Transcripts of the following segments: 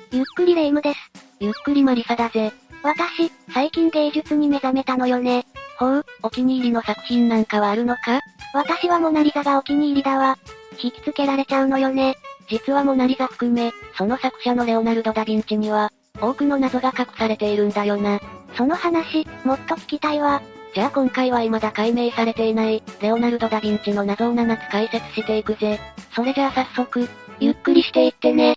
ゆっくりレ夢ムです。 ゆっくりマリサだぜ。 私、最近芸術に目覚めたのよね。 ほう、お気に入りの作品なんかはあるのか？ 私はモナリザがお気に入りだわ。引きつけられちゃうのよね。 実はモナリザ含め、その作者のレオナルド・ダ・ヴィンチには、多くの謎が隠されているんだよな。 その話、もっと聞きたいわ。 じゃあ今回は未だ解明されていない、レオナルド・ダ・ヴィンチの謎を7つ解説していくぜ。それじゃあ早速、 ゆっくりしていってね。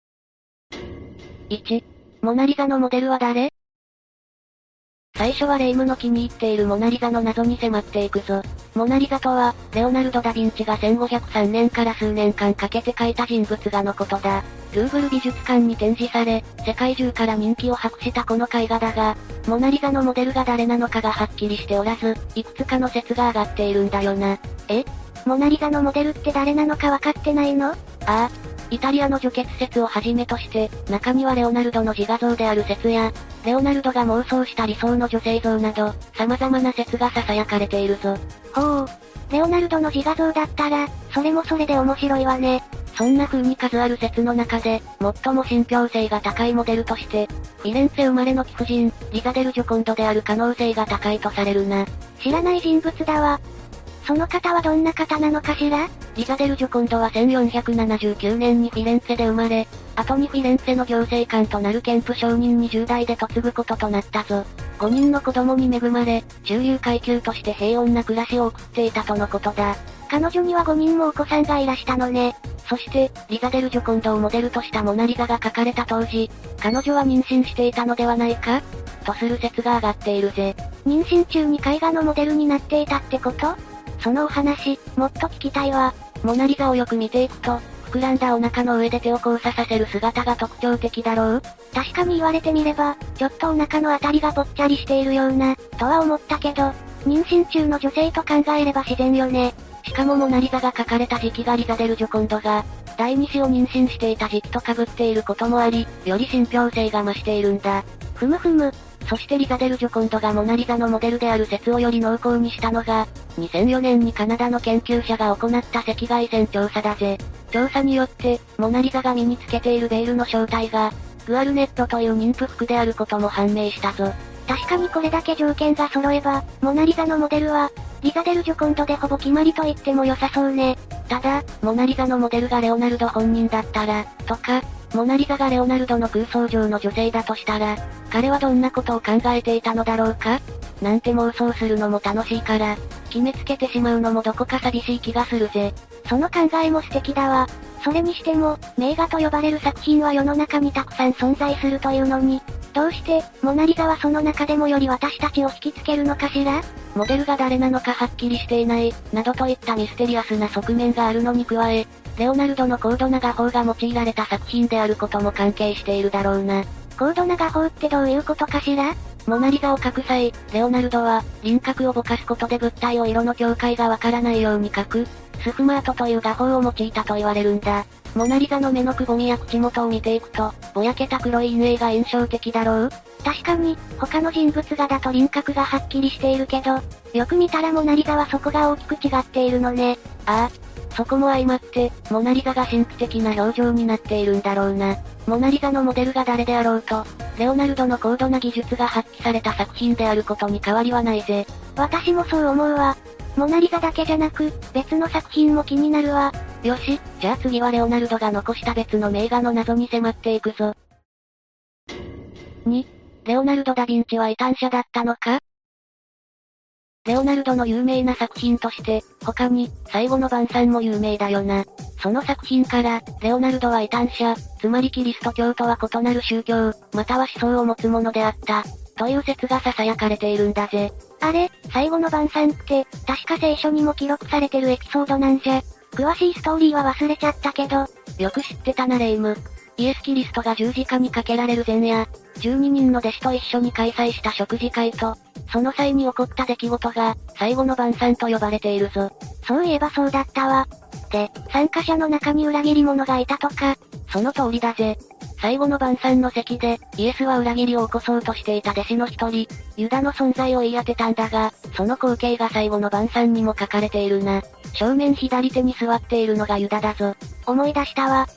1、モナリザのモデルは誰？最初はレ夢ムの気に入っているモナリザの謎に迫っていくぞ。モナリザとは、レオナルド・ダ・ヴィンチが1503年から数年間かけて描いた人物画のことだ。ルーブル美術館に展示され、世界中から人気を博したこの絵画だが、モナリザのモデルが誰なのかがはっきりしておらず、いくつかの説が上がっているんだよな。 モナリザのモデルって誰なのかわかってないの？ ああ。イタリアの除血説をはじめとして、中にはレオナルドの自画像である説や、レオナルドが妄想した理想の女性像など、様々な説が囁かれているぞ。 ほう。レオナルドの自画像だったら、それもそれで面白いわね。 そんな風に数ある説の中で、最も信憑性が高いモデルとして、フィレンツェ生まれの貴婦人、リザデル・ジョコンドである可能性が高いとされるな。 知らない人物だわ。その方はどんな方なのかしら？ リザデル・ジョコンドは1479年にフィレンツェで生まれ、後にフィレンツェの行政官となる憲夫商人に10代で嫁ぐこととなったぞ。5人の子供に恵まれ、中流階級として平穏な暮らしを送っていたとのことだ。 彼女には5人もお子さんがいらしたのね。 そして、リザデル・ジョコンドをモデルとしたモナリザが描かれた当時、彼女は妊娠していたのではないかとする説が上がっているぜ。 妊娠中に絵画のモデルになっていたってこと？そのお話、もっと聞きたいわ。 モナリザをよく見ていくと、膨らんだお腹の上で手を交差させる姿が特徴的だろう？ 確かに言われてみれば、ちょっとお腹のあたりがぽっちゃりしているような、とは思ったけど、妊娠中の女性と考えれば自然よね。 しかもモナリザが描かれた時期がリザデル・ジョコンドが、第二子を妊娠していた時期と被っていることもあり、より信憑性が増しているんだ。 ふむふむ。 そしてリザデル・ジョコンドがモナリザのモデルである説をより濃厚にしたのが、2004年にカナダの研究者が行った赤外線調査だぜ。調査によって、モナリザが身につけているベールの正体が、グアルネットという妊婦服であることも判明したぞ。 確かにこれだけ条件が揃えば、モナリザのモデルは、リザデル・ジョコンドでほぼ決まりと言っても良さそうね。 ただ、モナリザのモデルがレオナルド本人だったら、とか、モナリザがレオナルドの空想上の女性だとしたら、彼はどんなことを考えていたのだろうか？なんて妄想するのも楽しいから、決めつけてしまうのもどこか寂しい気がするぜ。 その考えも素敵だわ。それにしても、名画と呼ばれる作品は世の中にたくさん存在するというのに、どうして、モナリザはその中でもより私たちを引きつけるのかしら？ モデルが誰なのかはっきりしていない、などといったミステリアスな側面があるのに加え、レオナルドの高度な画法が用いられた作品であることも関係しているだろうな。 高度な画法ってどういうことかしら？ モナリザを描く際、レオナルドは、輪郭をぼかすことで物体を色の境界がわからないように描く、スフマートという画法を用いたと言われるんだ。モナリザの目のくぼみや口元を見ていくと、ぼやけた黒い陰影が印象的だろう？ 確かに、他の人物画だと輪郭がはっきりしているけど、よく見たらモナリザはそこが大きく違っているのね。 ああ。そこも相まって、モナリザが神秘的な表情になっているんだろうな。モナリザのモデルが誰であろうと、レオナルドの高度な技術が発揮された作品であることに変わりはないぜ。 私もそう思うわ。モナリザだけじゃなく、別の作品も気になるわ。 よし、じゃあ次はレオナルドが残した別の名画の謎に迫っていくぞ。2、レオナルド・ダ・ヴィンチは異端者だったのか？レオナルドの有名な作品として、他に、最後の晩餐も有名だよな。その作品から、レオナルドは異端者、つまりキリスト教とは異なる宗教、または思想を持つ者であった、という説が囁かれているんだぜ。 あれ、最後の晩餐って、確か聖書にも記録されてるエピソードなんじゃ。詳しいストーリーは忘れちゃったけど。 よく知ってたなレ夢ム。イエス・キリストが十字架にかけられる前夜、12人の弟子と一緒に開催した食事会と、その際に起こった出来事が、最後の晩餐と呼ばれているぞ。 そういえばそうだったわ。で、参加者の中に裏切り者がいたとか。 その通りだぜ。最後の晩餐の席で、イエスは裏切りを起こそうとしていた弟子の一人、ユダの存在を言い当てたんだが、その光景が最後の晩餐にも書かれているな。正面左手に座っているのがユダだぞ。 思い出したわ。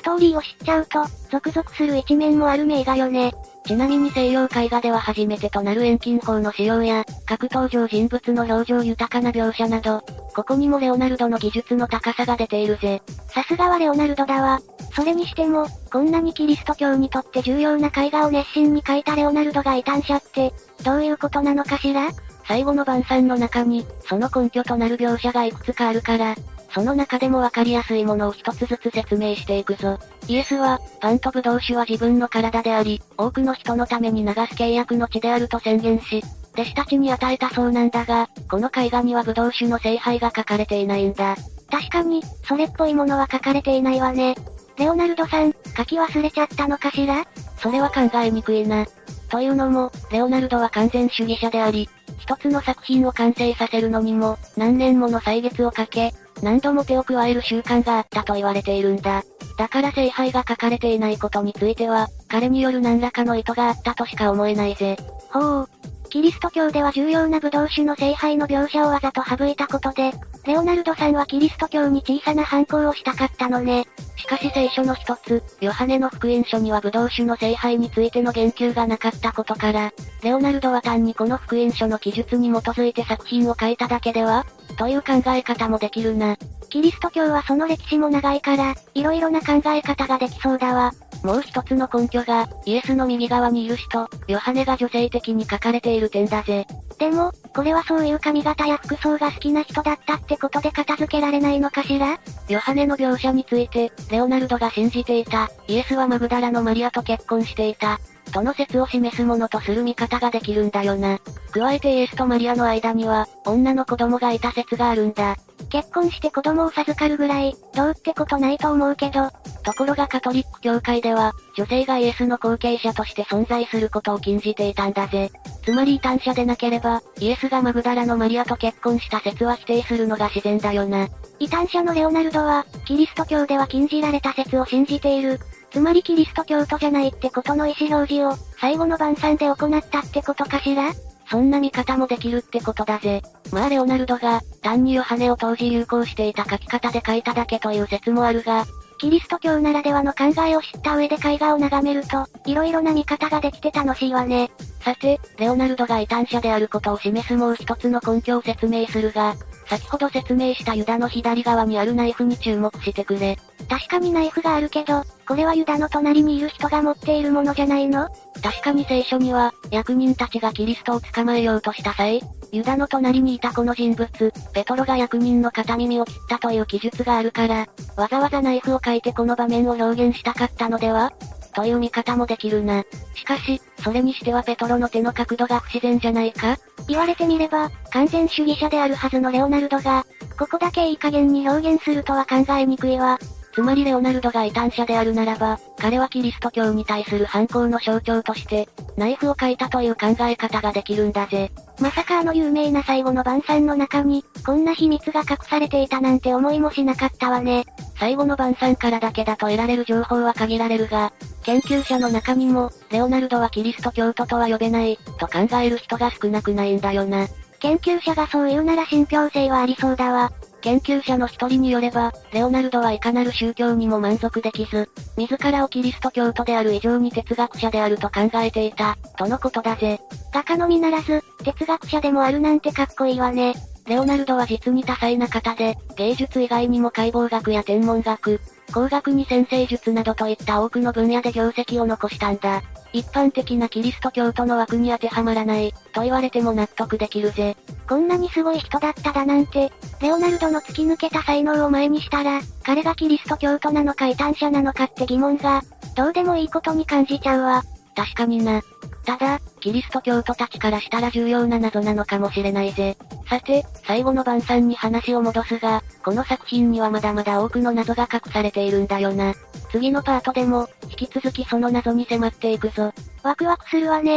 トーリーを知っちゃうと、ゾクゾクする一面もある名画よね。 ちなみに西洋絵画では初めてとなる遠近法の使用や、各登場人物の表情豊かな描写など、ここにもレオナルドの技術の高さが出ているぜ。 さすがはレオナルドだわ。それにしても、こんなにキリスト教にとって重要な絵画を熱心に描いたレオナルドが異端者って、どういうことなのかしら？ 最後の晩餐の中に、その根拠となる描写がいくつかあるから、その中でもわかりやすいものを一つずつ説明していくぞ。イエスは、パンとブドウ酒は自分の体であり、多くの人のために流す契約の地であると宣言し、弟子たちに与えたそうなんだが、この絵画にはブドウ酒の聖杯が書かれていないんだ。 確かに、それっぽいものは書かれていないわね。レオナルドさん、書き忘れちゃったのかしら？ それは考えにくいな。というのも、レオナルドは完全主義者であり、一つの作品を完成させるのにも、何年もの歳月をかけ、何度も手を加える習慣があったと言われているんだ。だから聖杯が書かれていないことについては、彼による何らかの意図があったとしか思えないぜ。 ほう。キリスト教では重要なブドウ酒の聖杯の描写をわざと省いたことで、レオナルドさんはキリスト教に小さな反抗をしたかったのね。 しかし聖書の一つ、ヨハネの福音書にはブドウ酒の聖杯についての言及がなかったことから、レオナルドは単にこの福音書の記述に基づいて作品を書いただけではという考え方もできるな。 キリスト教はその歴史も長いから、いろいろな考え方ができそうだわ。 もう一つの根拠が、イエスの右側にいる人、ヨハネが女性的に書かれている点だぜ。 でも、これはそういう髪型や服装が好きな人だったってことで片付けられないのかしら？ ヨハネの描写について、レオナルドが信じていた、イエスはマグダラのマリアと結婚していた、との説を示すものとする見方ができるんだよな。加えてイエスとマリアの間には、女の子供がいた説があるんだ。 結婚して子供を授かるぐらい、どうってことないと思うけど。 ところがカトリック教会では、女性がイエスの後継者として存在することを禁じていたんだぜ。つまり異端者でなければ、イエスがマグダラのマリアと結婚した説は否定するのが自然だよな。 異端者のレオナルドは、キリスト教では禁じられた説を信じている。つまりキリスト教徒じゃないってことの意思表示を、最後の晩餐で行ったってことかしら？ そんな見方もできるってことだぜ。まあレオナルドが、単にヨハネを当時流行していた書き方で書いただけという説もあるが、 キリスト教ならではの考えを知った上で絵画を眺めると、いろいろな見方ができて楽しいわね。 さて、レオナルドが異端者であることを示すもう一つの根拠を説明するが、先ほど説明したユダの左側にあるナイフに注目してくれ。 確かにナイフがあるけど、これはユダの隣にいる人が持っているものじゃないの？ 確かに聖書には、役人たちがキリストを捕まえようとした際、ユダの隣にいたこの人物、ペトロが役人の片耳を切ったという記述があるから、わざわざナイフを書いてこの場面を表現したかったのでは？という見方もできるな。しかし、それにしてはペトロの手の角度が不自然じゃないか？ 言われてみれば、完全主義者であるはずのレオナルドが、ここだけいい加減に表現するとは考えにくいわ。 つまりレオナルドが異端者であるならば、彼はキリスト教に対する反抗の象徴として、ナイフを書いたという考え方ができるんだぜ。 まさか有名な最後の晩餐の中に、こんな秘密が隠されていたなんて思いもしなかったわね。 最後の晩餐からだけだと得られる情報は限られるが、研究者の中にも、レオナルドはキリスト教徒とは呼べない、と考える人が少なくないんだよな。 研究者がそう言うなら信憑性はありそうだわ。 研究者の一人によれば、レオナルドはいかなる宗教にも満足できず、自らをキリスト教徒である以上に哲学者であると考えていた、とのことだぜ。 画家のみならず、哲学者でもあるなんてかっこいいわね。 レオナルドは実に多彩な方で、芸術以外にも解剖学や天文学、工学に占星術などといった多くの分野で業績を残したんだ。一般的なキリスト教徒の枠に当てはまらない、と言われても納得できるぜ。 こんなにすごい人だっただなんて、レオナルドの突き抜けた才能を前にしたら、彼がキリスト教徒なのか異端者なのかって疑問が、どうでもいいことに感じちゃうわ。 確かにな。ただ、キリスト教徒たちからしたら重要な謎なのかもしれないぜ。さて、最後の晩餐に話を戻すが、この作品にはまだまだ多くの謎が隠されているんだよな。次のパートでも、引き続きその謎に迫っていくぞ。 ワクワクするわね。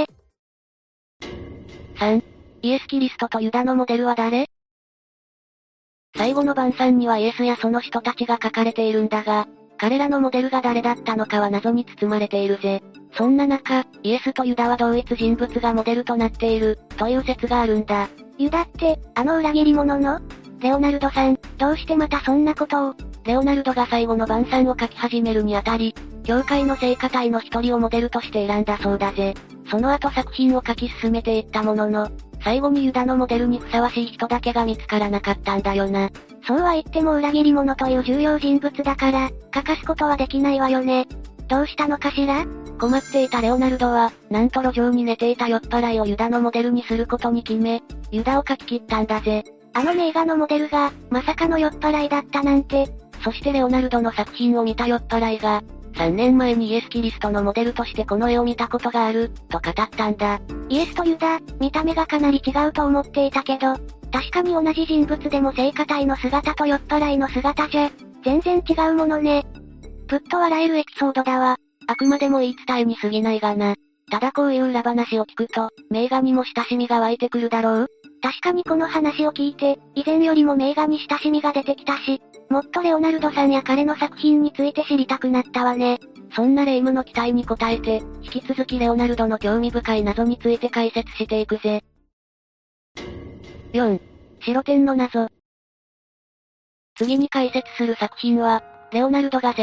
3、イエス・キリストとユダのモデルは誰？最後の晩餐にはイエスやその人たちが書かれているんだが、彼らのモデルが誰だったのかは謎に包まれているぜ。そんな中、イエスとユダは同一人物がモデルとなっている、という説があるんだ。 ユダって、裏切り者の？レオナルドさん、どうしてまたそんなことを？ レオナルドが最後の晩餐を描き始めるにあたり、教会の聖歌隊の一人をモデルとして選んだそうだぜ。その後作品を描き進めていったものの、最後にユダのモデルにふさわしい人だけが見つからなかったんだよな。 そうは言っても裏切り者という重要人物だから、書かすことはできないわよね。どうしたのかしら？ 困っていたレオナルドは、なんと路上に寝ていた酔っ払いをユダのモデルにすることに決め、ユダを描き切ったんだぜ。 あの名画のモデルが、まさかの酔っ払いだったなんて。 そしてレオナルドの作品を見た酔っ払いが、3年前にイエス・キリストのモデルとしてこの絵を見たことがある、と語ったんだ。 イエスとユダ、見た目がかなり違うと思っていたけど、確かに同じ人物でも聖歌隊の姿と酔っ払いの姿じゃ、全然違うものね。ぷっと笑えるエピソードだわ。 あくまでも言い伝えに過ぎないがな。ただこういう裏話を聞くと、名画にも親しみが湧いてくるだろう？ 確かにこの話を聞いて、以前よりも名画に親しみが出てきたし、もっとレオナルドさんや彼の作品について知りたくなったわね。 そんなレイムの期待に応えて、引き続きレオナルドの興味深い謎について解説していくぜ。4. 白点の謎。次に解説する作品は、レオナルドが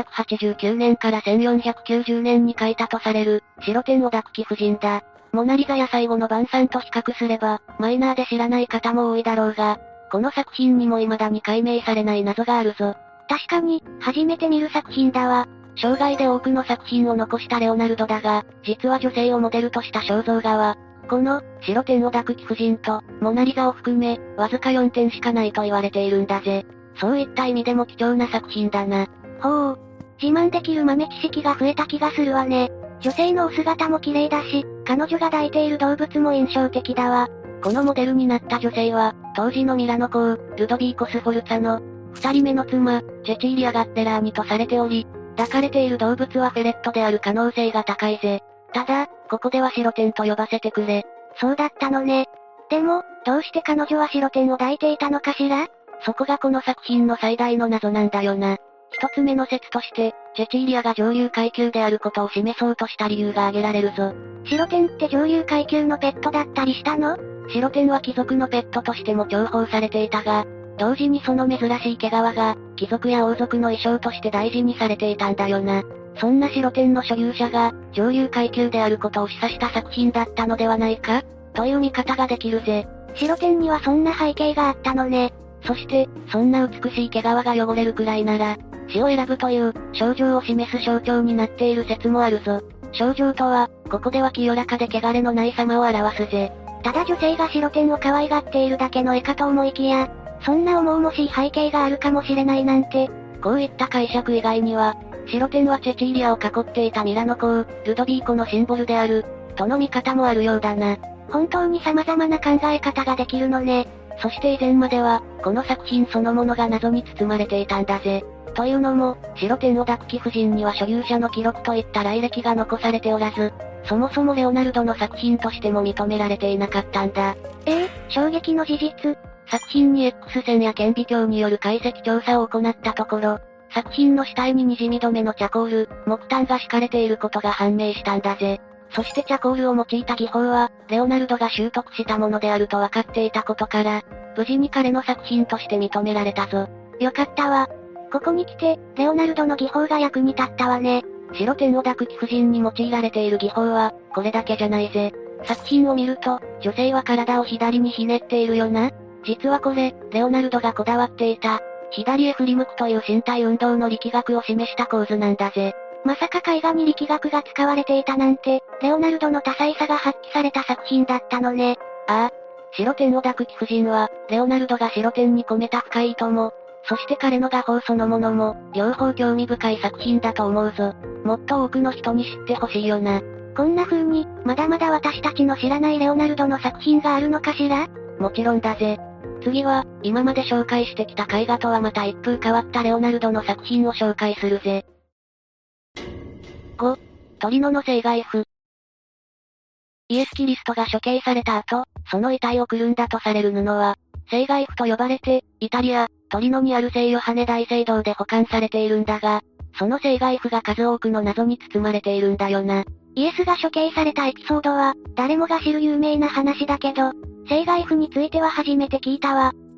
1489年から1490年に描いたとされる、白点を抱く貴婦人だ。モナリザや最後の晩餐と比較すれば、マイナーで知らない方も多いだろうが、この作品にも未だに解明されない謎があるぞ。 確かに、初めて見る作品だわ。 生涯で多くの作品を残したレオナルドだが、実は女性をモデルとした肖像画は、この、白点を抱く貴婦人と、モナリザを含め、わずか4点しかないと言われているんだぜ。そういった意味でも貴重な作品だな。 ほう。自慢できる豆知識が増えた気がするわね。女性のお姿も綺麗だし、彼女が抱いている動物も印象的だわ。 このモデルになった女性は、当時のミラノ公、ルドビーコ・スフォルツァの、二人目の妻、チェチーリア・ガッテラーニとされており、抱かれている動物はフェレットである可能性が高いぜ。ただ、ここでは白点と呼ばせてくれ。 そうだったのね。でも、どうして彼女は白点を抱いていたのかしら？ そこがこの作品の最大の謎なんだよな。一つ目の説として、チェチーリアが上流階級であることを示そうとした理由が挙げられるぞ。 白点って上流階級のペットだったりしたの？ 白点は貴族のペットとしても重宝されていたが、同時にその珍しい毛皮が、貴族や王族の衣装として大事にされていたんだよな。そんな白点の所有者が、上流階級であることを示唆した作品だったのではないか？という見方ができるぜ。 白点にはそんな背景があったのね。 そして、そんな美しい毛皮が汚れるくらいなら、死を選ぶという、症状を示す象徴になっている説もあるぞ。症状とは、ここでは清らかで汚れのない様を表すぜ。 ただ女性が白点を可愛がっているだけの絵かと思いきや、そんな重々しい背景があるかもしれないなんて。 こういった解釈以外には、白点はチェチーリアを囲っていたミラノ公、ルドビーコのシンボルである、との見方もあるようだな。 本当に様々な考え方ができるのね。 そして以前までは、この作品そのものが謎に包まれていたんだぜ。というのも、白点を抱く貴婦人には所有者の記録といった来歴が残されておらず、そもそもレオナルドの作品としても認められていなかったんだ。 衝撃の事実。 作品に X 線や顕微鏡による解析調査を行ったところ、作品の死体に滲み止めのチャコール、木炭が敷かれていることが判明したんだぜ。そしてチャコールを用いた技法は、レオナルドが習得したものであると分かっていたことから、無事に彼の作品として認められたぞ。 よかったわ。ここに来て、レオナルドの技法が役に立ったわね。 白点を抱く貴婦人に用いられている技法は、これだけじゃないぜ。作品を見ると、女性は体を左にひねっているよな。実はこれ、レオナルドがこだわっていた、左へ振り向くという身体運動の力学を示した構図なんだぜ。 まさか絵画に力学が使われていたなんて、レオナルドの多彩さが発揮された作品だったのね。 ああ。白点を抱く貴婦人は、レオナルドが白点に込めた深い意図も、そして彼の画法そのものも、両方興味深い作品だと思うぞ。もっと多くの人に知ってほしいよな。 こんな風に、まだまだ私たちの知らないレオナルドの作品があるのかしら？ もちろんだぜ。次は、今まで紹介してきた絵画とはまた一風変わったレオナルドの作品を紹介するぜ。5. トリノの聖骸譜。イエス・キリストが処刑された後、その遺体をくるんだとされる布は、聖骸譜と呼ばれて、イタリア、トリノにある聖ヨハネ大聖堂で保管されているんだが、その聖骸譜が数多くの謎に包まれているんだよな。 イエスが処刑されたエピソードは、誰もが知る有名な話だけど、聖骸譜については初めて聞いたわ。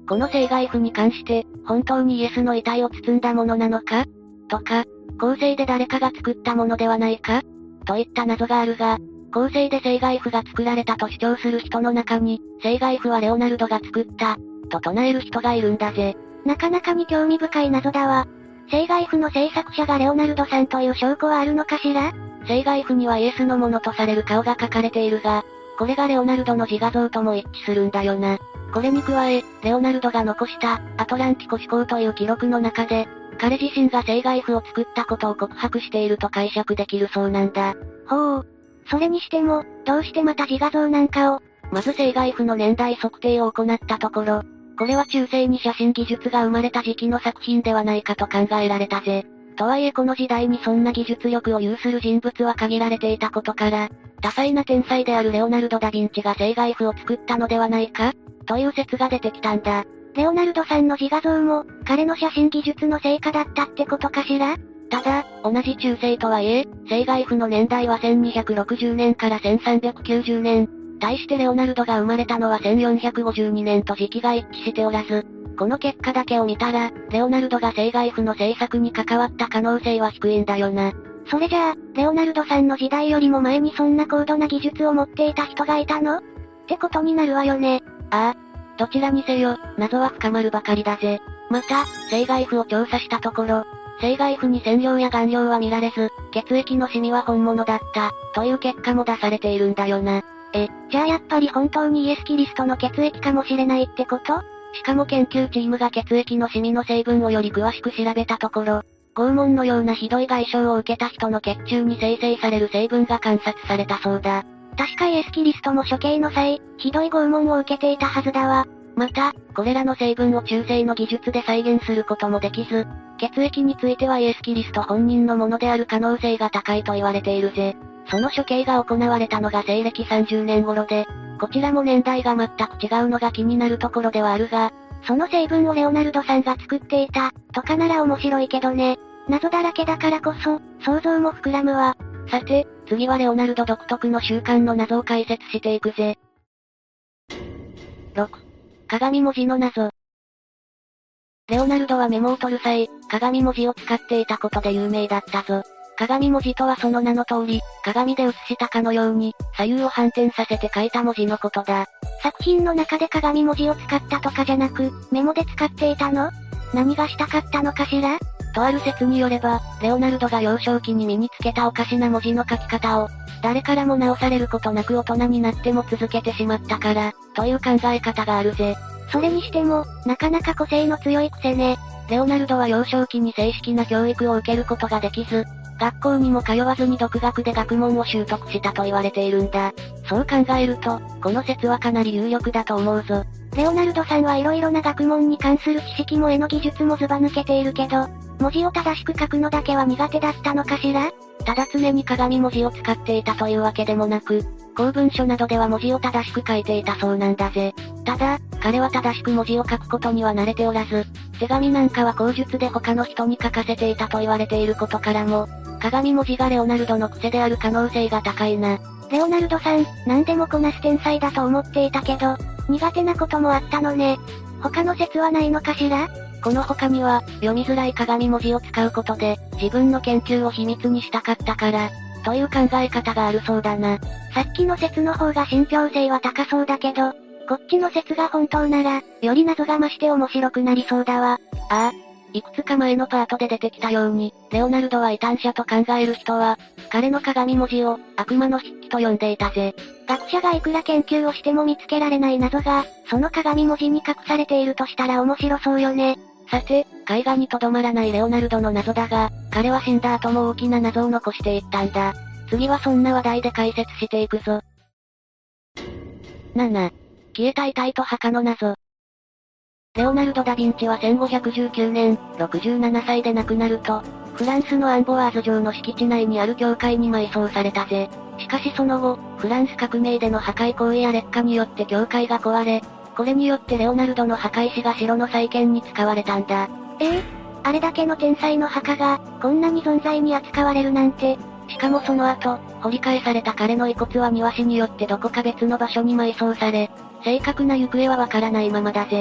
この生涯譜に関して、本当にイエスの遺体を包んだものなのかとか、後世で誰かが作ったものではないかといった謎があるが、後世で生涯譜が作られたと主張する人の中に、生涯譜はレオナルドが作った、と唱える人がいるんだぜ。 なかなかに興味深い謎だわ。生涯譜の制作者がレオナルドさんという証拠はあるのかしら？ 生涯譜にはイエスのものとされる顔が描かれているが、これがレオナルドの自画像とも一致するんだよな。これに加え、レオナルドが残したアトランティコ思考という記録の中で、彼自身が生涯譜を作ったことを告白していると解釈できるそうなんだ。 ほう。それにしても、どうしてまた自画像なんかを？ まず生涯譜の年代測定を行ったところ、これは中世に写真技術が生まれた時期の作品ではないかと考えられたぜ。とはいえこの時代にそんな技術力を有する人物は限られていたことから、多彩な天才であるレオナルド・ダ・ヴィンチが生涯譜を作ったのではないかという説が出てきたんだ。 レオナルドさんの自画像も、彼の写真技術の成果だったってことかしら？ ただ、同じ中世とはいえ、生涯譜の年代は1260年から1390年。対してレオナルドが生まれたのは1452年と時期が一致しておらず、この結果だけを見たら、レオナルドが生涯譜の制作に関わった可能性は低いんだよな。 それじゃあ、レオナルドさんの時代よりも前にそんな高度な技術を持っていた人がいたの？ってことになるわよね。 ああ。どちらにせよ、謎は深まるばかりだぜ。また、生涯譜を調査したところ、生涯譜に染料や顔料は見られず、血液のシミは本物だった、という結果も出されているんだよな。 じゃあやっぱり本当にイエス・キリストの血液かもしれないってこと？ しかも研究チームが血液のシミの成分をより詳しく調べたところ、拷問のようなひどい外傷を受けた人の血中に生成される成分が観察されたそうだ。 確かイエス・キリストも処刑の際、ひどい拷問を受けていたはずだわ。 また、これらの成分を中世の技術で再現することもできず、血液についてはイエス・キリスト本人のものである可能性が高いと言われているぜ。その処刑が行われたのが西暦30年頃で、こちらも年代が全く違うのが気になるところではあるが、 その成分をレオナルドさんが作っていた、とかなら面白いけどね。謎だらけだからこそ、想像も膨らむわ。 さて、次はレオナルド独特の習慣の謎を解説していくぜ。6. 鏡文字の謎。レオナルドはメモを取る際、鏡文字を使っていたことで有名だったぞ。鏡文字とはその名の通り、鏡で写したかのように、左右を反転させて書いた文字のことだ。 作品の中で鏡文字を使ったとかじゃなく、メモで使っていたの？何がしたかったのかしら？ とある説によれば、レオナルドが幼少期に身につけたおかしな文字の書き方を、誰からも直されることなく大人になっても続けてしまったから、という考え方があるぜ。 それにしても、なかなか個性の強い癖ね。 レオナルドは幼少期に正式な教育を受けることができず、学校にも通わずに独学で学問を習得したと言われているんだ。そう考えると、この説はかなり有力だと思うぞ。 レオナルドさんはいろいろな学問に関する知識も絵の技術もズバ抜けているけど、文字を正しく書くのだけは苦手だったのかしら？ ただ常に鏡文字を使っていたというわけでもなく、公文書などでは文字を正しく書いていたそうなんだぜ。ただ、彼は正しく文字を書くことには慣れておらず、手紙なんかは口述で他の人に書かせていたと言われていることからも、鏡文字がレオナルドの癖である可能性が高いな。 レオナルドさん、何でもこなす天才だと思っていたけど、苦手なこともあったのね。他の説はないのかしら？ この他には、読みづらい鏡文字を使うことで、自分の研究を秘密にしたかったから、という考え方があるそうだな。 さっきの説の方が信憑性は高そうだけど、こっちの説が本当なら、より謎が増して面白くなりそうだわ。 ああ。いくつか前のパートで出てきたように、レオナルドは異端者と考える人は、彼の鏡文字を、悪魔の筆記と呼んでいたぜ。 学者がいくら研究をしても見つけられない謎が、その鏡文字に隠されているとしたら面白そうよね。 さて、絵画にとどまらないレオナルドの謎だが、彼は死んだ後も大きな謎を残していったんだ。次はそんな話題で解説していくぞ。7. 消えた遺体と墓の謎。レオナルド・ダ・ヴィンチは1519年、67歳で亡くなると、フランスのアンボワーズ城の敷地内にある教会に埋葬されたぜ。しかしその後、フランス革命での破壊行為や劣化によって教会が壊れ、これによってレオナルドの墓石が城の再建に使われたんだ。 あれだけの天才の墓が、こんなに存在に扱われるなんて。 しかもその後、掘り返された彼の遺骨は庭師によってどこか別の場所に埋葬され、正確な行方はわからないままだぜ。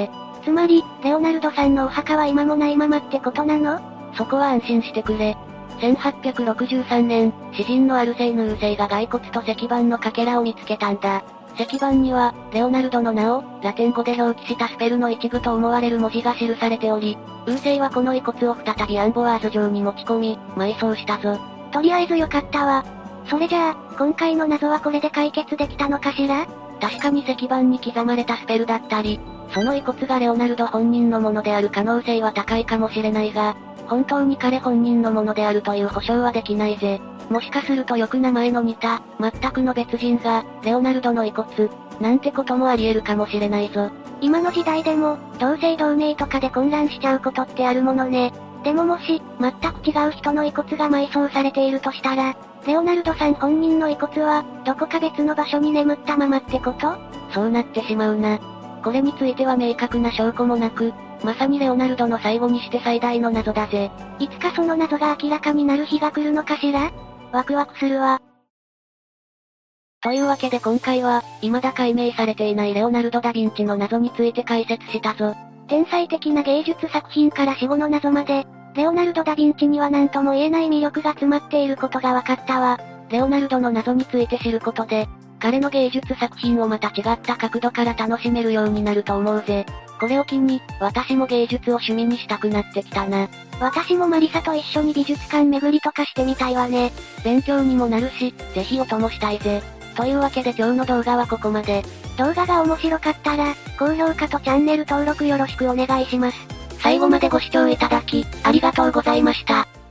つまり、レオナルドさんのお墓は今もないままってことなの？ そこは安心してくれ。1863年、詩人のアルセイヌーセイが骸骨と石板のかけらを見つけたんだ。石板には、レオナルドの名を、ラテン語で表記したスペルの一部と思われる文字が記されており、ウーセイはこの遺骨を再びアンボワーズ城に持ち込み、埋葬したぞ。 とりあえずよかったわ。それじゃあ、今回の謎はこれで解決できたのかしら？ 確かに石板に刻まれたスペルだったり、その遺骨がレオナルド本人のものである可能性は高いかもしれないが、本当に彼本人のものであるという保証はできないぜ。もしかするとよく名前の似た、全くの別人が、レオナルドの遺骨、なんてこともあり得るかもしれないぞ。 今の時代でも、同姓同名とかで混乱しちゃうことってあるものね。でももし、全く違う人の遺骨が埋葬されているとしたら、レオナルドさん本人の遺骨は、どこか別の場所に眠ったままってこと？ そうなってしまうな。これについては明確な証拠もなく、まさにレオナルドの最後にして最大の謎だぜ。 いつかその謎が明らかになる日が来るのかしら？ワクワクするわ。 というわけで今回は、未だ解明されていないレオナルド・ダ・ヴィンチの謎について解説したぞ。 天才的な芸術作品から死後の謎まで、レオナルド・ダ・ヴィンチには何とも言えない魅力が詰まっていることが分かったわ。 レオナルドの謎について知ることで、彼の芸術作品をまた違った角度から楽しめるようになると思うぜ。これを機に、私も芸術を趣味にしたくなってきたな。 私もマリサと一緒に美術館巡りとかしてみたいわね。 勉強にもなるし、ぜひお供したいぜ。というわけで今日の動画はここまで。 動画が面白かったら、高評価とチャンネル登録よろしくお願いします。 最後までご視聴いただき、ありがとうございました。